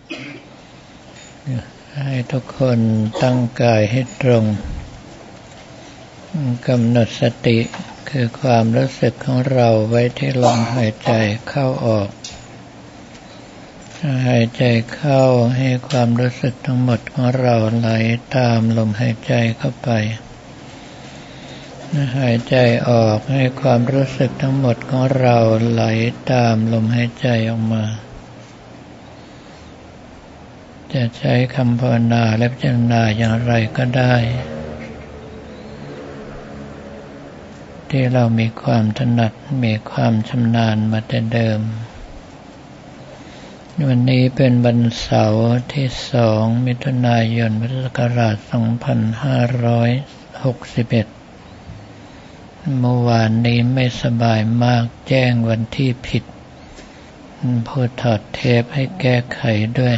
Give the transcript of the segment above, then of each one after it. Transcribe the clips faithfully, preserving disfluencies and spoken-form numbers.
ให้ทุกคนตั้งกายให้ตรงกำหนดสติคือความรู้สึกของเราไว้ที่ลมหายใจเข้าออกหายใจเข้าให้ความรู้สึกทั้งหมดของเราไหลตามลมหายใจเข้าไปหายใจออกให้ความรู้สึกทั้งหมดของเราไหลตามลมหายใจออกมาจะใช้คำภาวนาและพิจารณาอย่างไรก็ได้ที่เรามีความถนัดมีความชำนาญมาแต่เดิมวันนี้เป็นวันเสาร์ที่สองมิถุนายนพุทธศักราชสองพันห้าร้อยหกสิบเอ็ดเมื่อวานนี้ไม่สบายมากแจ้งวันที่ผิดผู้ถอดเทปให้แก้ไขด้วย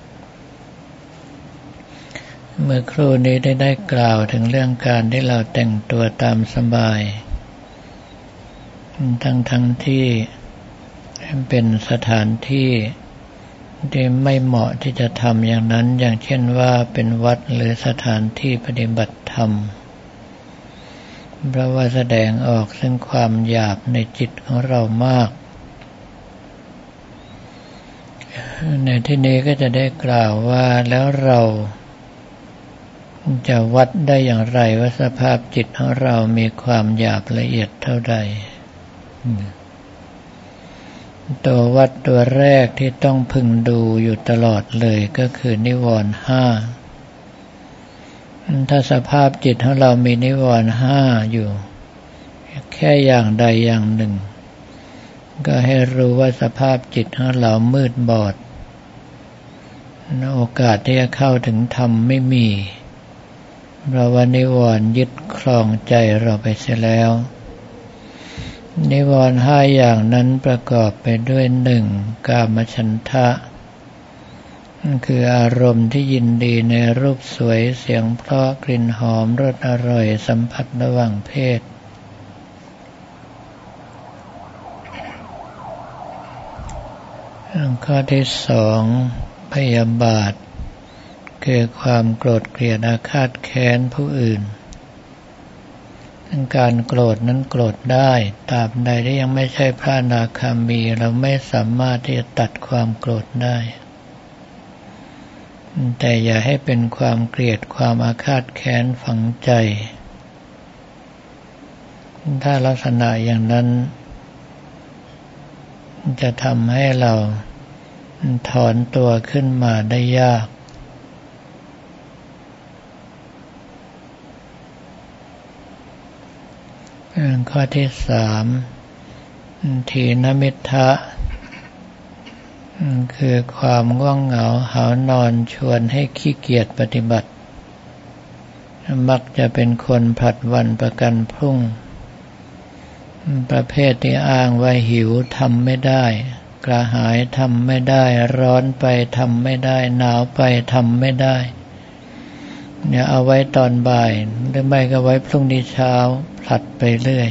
เมื่อครู่นี้ได้ได้กล่าวถึงเรื่องการที่เราแต่งตัวตามสบายทั้งทั้งที่เป็นสถานที่ที่ไม่เหมาะที่จะทำอย่างนั้นอย่างเช่นว่าเป็นวัดหรือสถานที่ปฏิบัติธรรมเพราะว่าแสดงออกซึ่งความหยาบในจิตของเรามากในที่นี้ก็จะได้กล่าวว่าแล้วเราจะวัดได้อย่างไรว่าสภาพจิตของเรามีความหยาบละเอียดเท่าใดตัววัดตัวแรกที่ต้องพึงดูอยู่ตลอดเลยก็คือนิวรณ์ห้าถ้าสภาพจิตของเรามีนิวรณ์ห้าอยู่แค่อย่างใดอย่างหนึ่งก็ให้รู้ว่าสภาพจิตของเรามืดบอดโอกาสที่จะเข้าถึงธรรมไม่มีเพราะว่านิวรณ์ยึดครองใจเราไปเสียแล้วนิวรณ์ห้าอย่างนั้นประกอบไปด้วยหนึ่งกามฉันทะคืออารมณ์ที่ยินดีในรูปสวยเสียงเพราะกลิ่นหอมรสอร่อยสัมผัสระหว่างเพศข้อที่สองพยาบาทคือความโกรธเกลียดอาฆาตแค้นผู้อื่นการโกรธนั้นโกรธได้ตราบใดที่ยังไม่ใช่พระอนาคามีเราไม่สามารถที่จะตัดความโกรธได้แต่อย่าให้เป็นความเกลียดความอาฆาตแค้นฝังใจถ้าลักษณะอย่างนั้นจะทำให้เราถอนตัวขึ้นมาได้ยากข้อที่สามถีนมิทธะคือความง่วงเหงาหาวนอนชวนให้ขี้เกียจปฏิบัติมักจะเป็นคนผลัดวันประกันพรุ่งประเภทที่อ้างว่าหิวทำไม่ได้กระหายทำไม่ได้ร้อนไปทำไม่ได้หนาวไปทำไม่ได้เนี่ยเอาไว้ตอนบ่ายหรือไม่ก็ไว้พรุ่งนี้เช้าผลัดไปเรื่อย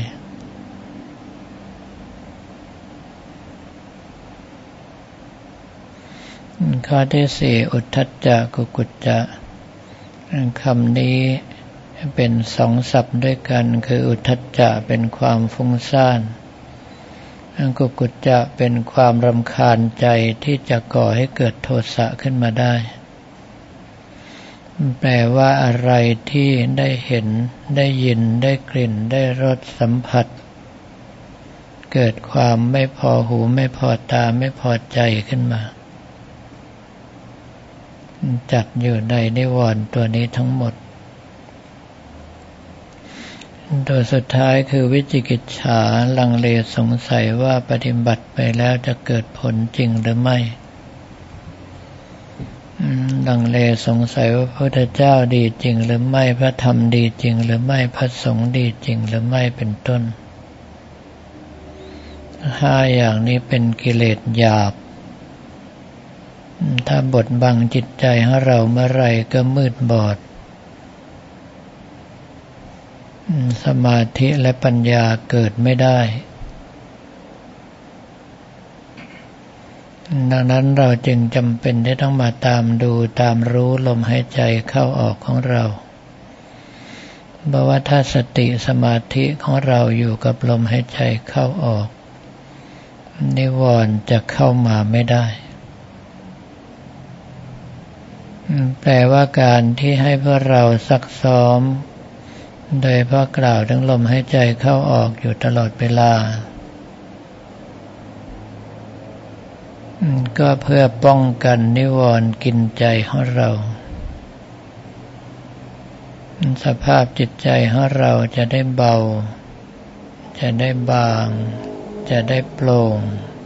ข้อที่สี่อุทธัจจะกุกุจจะคำนี้เป็นสองศัพท์ด้วยกันคืออุทธัจจะเป็นความฟุ้งซ่านกุกุจจะเป็นความรำคาญใจที่จะก่อให้เกิดโทสะขึ้นมาได้แปลว่าอะไรที่ได้เห็นได้ยินได้กลิ่นได้รสสัมผัสเกิดความไม่พอหูไม่พอตาไม่พอใจขึ้นมาจัดอยู่ในนิวรณ์ตัวนี้ทั้งหมดตัวสุดท้ายคือวิจิกิจฉาลังเลสงสัยว่าปฏิบัติไปแล้วจะเกิดผลจริงหรือไม่ลังเลสงสัยว่าพระพุทธเจ้าดีจริงหรือไม่พระธรรมดีจริงหรือไม่พระสงฆ์ดีจริงหรือไม่เป็นต้นห้าอย่างนี้เป็นกิเลสหยาบถ้าบดบังจิตใจของเราเมื่อไรก็มืดบอดสมาธิและปัญญาเกิดไม่ได้ดังนั้นเราจึงจำเป็นที่ต้องมาตามดูตามรู้ลมหายใจเข้าออกของเราเพราะว่าถ้าสติสมาธิของเราอยู่กับลมหายใจเข้าออกนิวรณ์จะเข้ามาไม่ได้แปลว่าการที่ให้พวกเราซักซ้อมโดยพระกล่าวถึงลมหายใจเข้าออกอยู่ตลอดเวลาก็เพื่อป้องกันนิวรณ์กินใจของเราสภาพจิตใจของเราจะได้เบาจะได้บางจะได้โปร่ง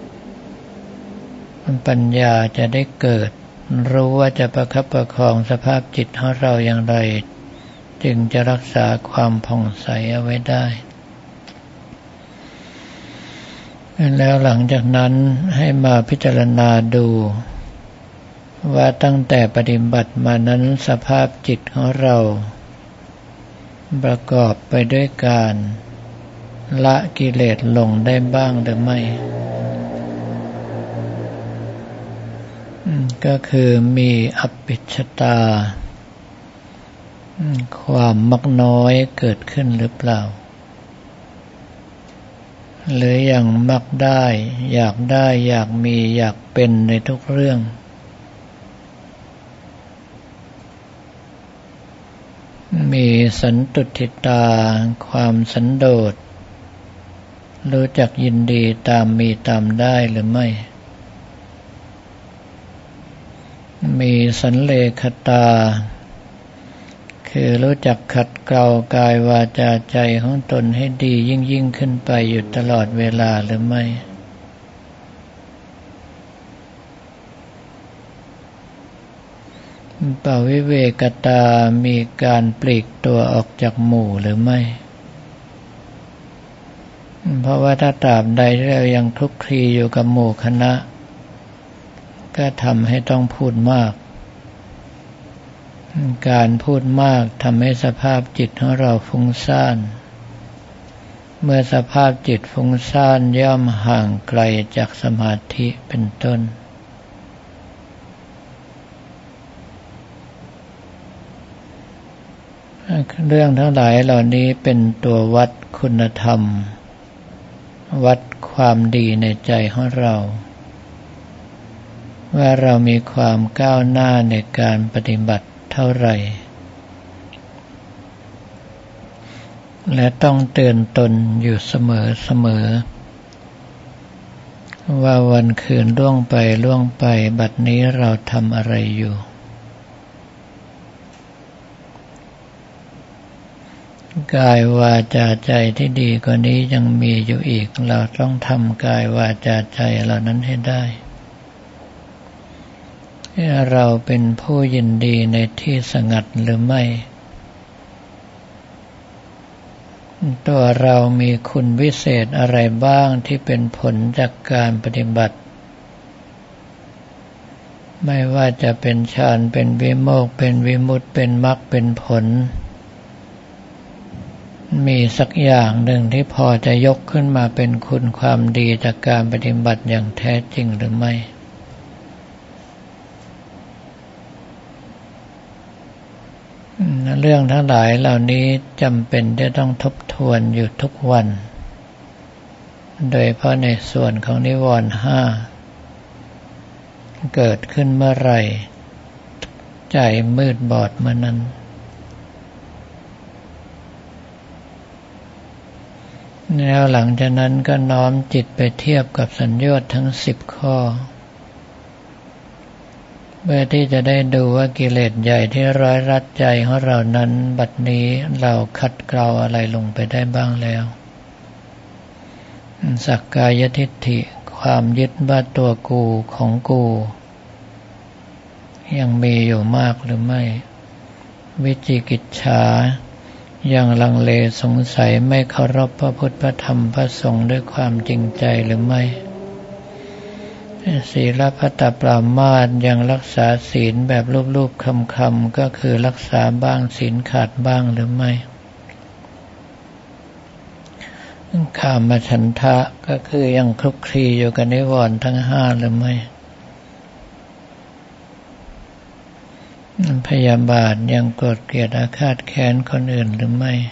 ปัญญาจะได้เกิดรู้ว่าจะประคับประคองสภาพจิตของเราอย่างไรจึงจะรักษาความผ่องใสเอาไว้ได้แล้วหลังจากนั้นให้มาพิจารณาดูว่าตั้งแต่ปฏิบัติมานั้นสภาพจิตของเราประกอบไปด้วยการละกิเลสลงได้บ้างหรือไม่ก็คือมีอภิชฌาความมักน้อยเกิดขึ้นหรือเปล่าหรือยังมักได้อยากได้อยากมีอยากเป็นในทุกเรื่องมีสันตุทิตาความสันโดษรู้จักยินดีตามมีตามได้หรือไม่มีสันเลขตาคือรู้จักขัดเกลากายวาจาใจของตนให้ดียิ่งยิ่งขึ้นไปอยู่ตลอดเวลาหรือไม่ปวิเวกตามีการปลีกตัวออกจากหมู่หรือไม่เพราะว่าถ้าตราบใดที่เรายังคลุกคลีอยู่กับหมู่คณะก็ทำให้ต้องพูดมากการพูดมากทำให้สภาพจิตของเราฟุ้งซ่านเมื่อสภาพจิตฟุ้งซ่านย่อมห่างไกลจากสมาธิเป็นต้นเรื่องทั้งหลายเหล่านี้เป็นตัววัดคุณธรรมวัดความดีในใจของเราว่าเรามีความก้าวหน้าในการปฏิบัติเท่าไหร่และต้องเตือนตนอยู่เสมอเสมอว่าวันคืนล่วงไปล่วงไปบัดนี้เราทำอะไรอยู่กายวาจาใจที่ดีกว่านี้ยังมีอยู่อีกเราต้องทำกายวาจาใจเหล่านั้นให้ได้เราเป็นผู้ยินดีในที่สงัดหรือไม่ตัวเรามีคุณวิเศษอะไรบ้างที่เป็นผลจากการปฏิบัติไม่ว่าจะเป็นฌานเป็นวิโมกข์เป็นวิมุตติเป็นมรรคเป็นผลมีสักอย่างหนึ่งที่พอจะยกขึ้นมาเป็นคุณความดีจากการปฏิบัติอย่างแท้จริงหรือไม่เรื่องทั้งหลายเหล่านี้จำเป็นที่ต้องทบทวนอยู่ทุกวันโดยเพราะในส่วนของนิวรณ์ห้าเกิดขึ้นเมื่อไหร่ใจมืดบอดเมื่อนั้นแล้วหลังจากนั้นก็น้อมจิตไปเทียบกับสัญญาทั้งสิบข้อเพื่อที่จะได้ดูว่ากิเลสใหญ่ที่ร้อยรัดใจของเรานั้นบัดนี้เราขัดเกลาอะไรลงไปได้บ้างแล้วสักกายทิฏฐิความยึดว่าตัวกูของกูยังมีอยู่มากหรือไม่วิจิกิจฉายังลังเลสงสัยไม่เคารพพระพุทธพระธรรมพระสงฆ์ด้วยความจริงใจหรือไม่ศีลพัตตปรามาสยังรักษาศีลแบบรูปๆคำๆก็คือรักษาบ้างศีลขาดบ้างหรือไม่กามฉันทะก็คือยังคลุกคลีอยู่กับนิวรณ์ทั้งห้าหรือไม่พยาบาทยังโกรธเกลียดอาฆาตแค้นคนอื่นหรือไม่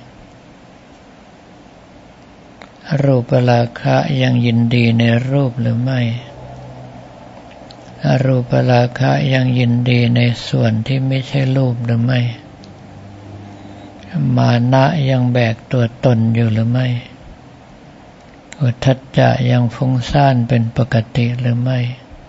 อรูปราคะยังยินดีในรูปหรือไม่อรูปราคะยังยินดีในส่วนที่ไม่ใช่รูปหรือไม่มานะยังแบกตัวตนอยู่หรือไม่อุทธัจจะยังฟุ้งซ่านเป็นปกติหรือไม่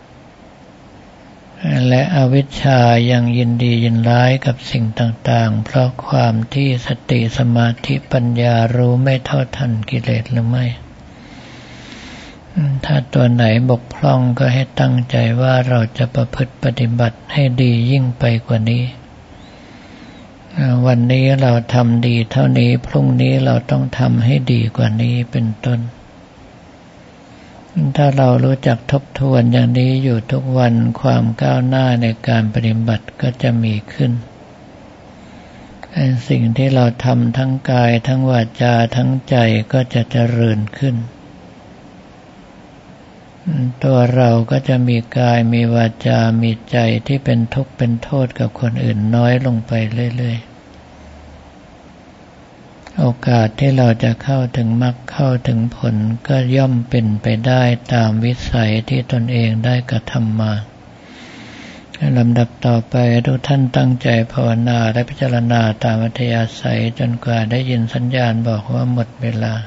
และอวิชชายังยินดียินร้ายกับสิ่งต่างๆเพราะความที่สติสมาธิปัญญารู้ไม่เท่าทันกิเลสหรือไม่ถ้าตัวไหนบกพร่องก็ให้ตั้งใจว่าเราจะประพฤติปฏิบัติให้ดียิ่งไปกว่านี้วันนี้เราทำดีเท่านี้พรุ่งนี้เราต้องทำให้ดีกว่านี้เป็นต้นถ้าเรารู้จักทบทวนอย่างนี้อยู่ทุกวันความก้าวหน้าในการปฏิบัติก็จะมีขึ้นสิ่งที่เราทำทั้งกายทั้งวาจาทั้งใจก็จะเจริญขึ้นตัวเราก็จะมีกายมีวาจามีใจที่เป็นทุกข์เป็นโทษกับคนอื่นน้อยลงไปเรื่อยๆโอกาสที่เราจะเข้าถึงมรรคเข้าถึงผลก็ย่อมเป็นไปได้ตามวิสัยที่ตนเองได้กระทำมาลำดับต่อไปทุกท่านตั้งใจภาวนาและพิจารณาตามอัธยาศัยจนกว่าได้ยินสัญญาณบอกว่าหมดเวลา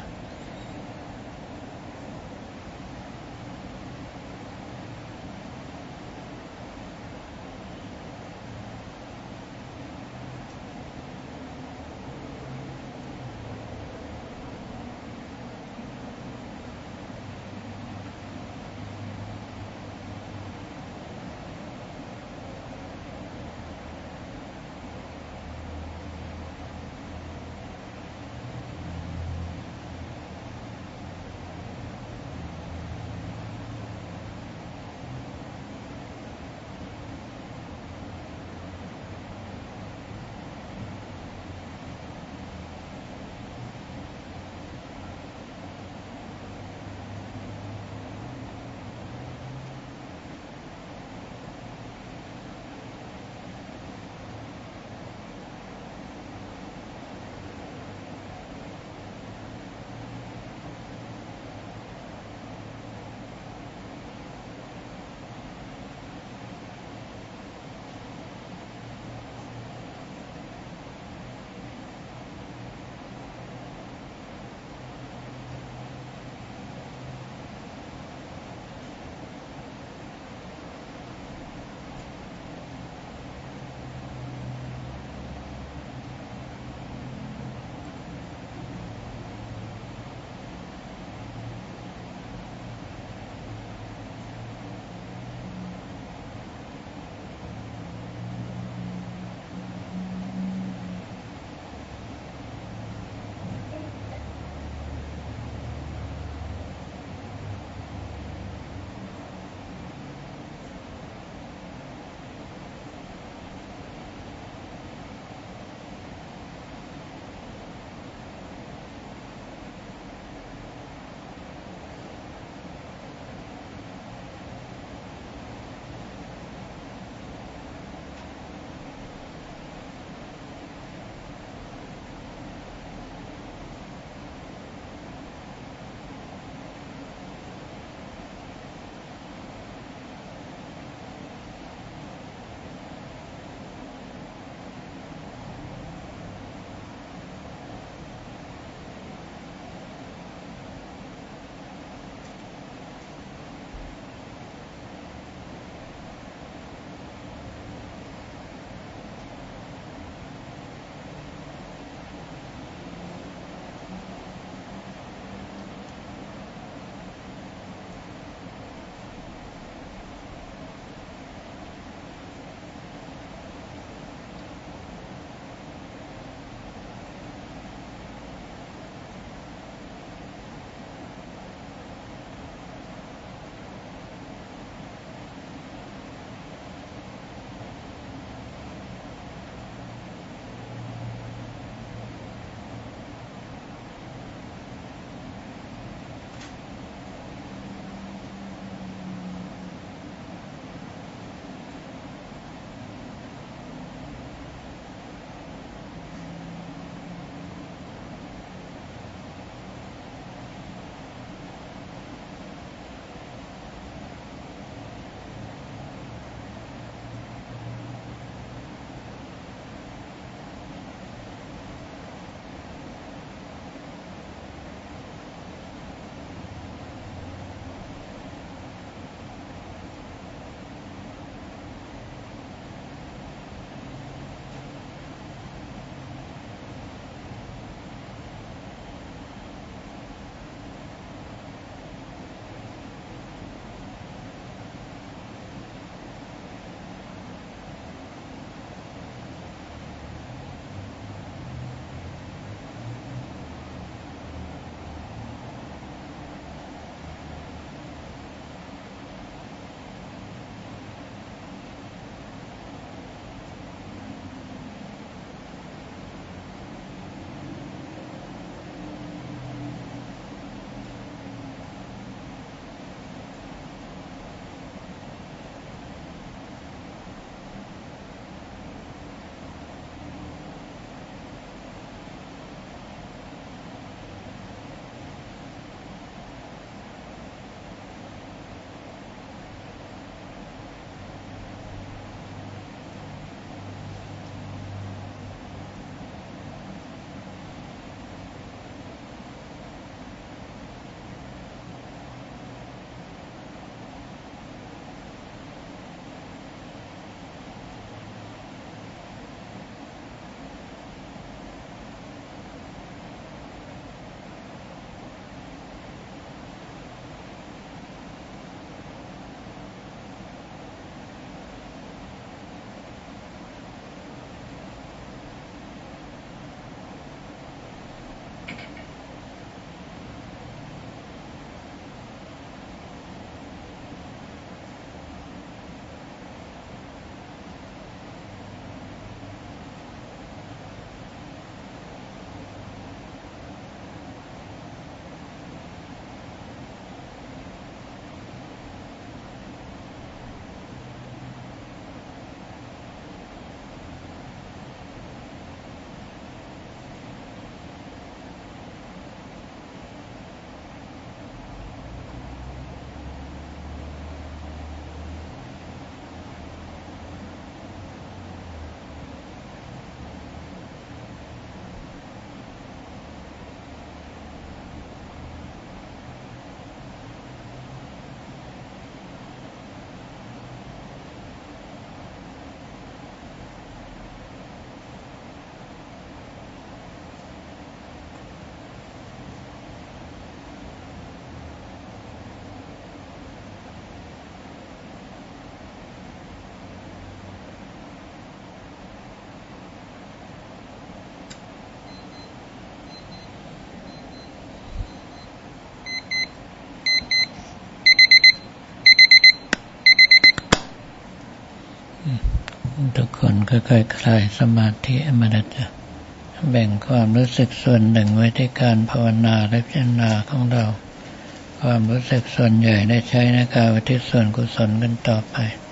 ค่อยๆคลายสมาธิมานะจ๊ะแบ่งความรู้สึกส่วนหนึ่งไว้ที่การภาวนาและพิจารณาของเราความรู้สึกส่วนใหญ่ได้ใช้ในการอุทิศส่วนกุศลกันต่อไป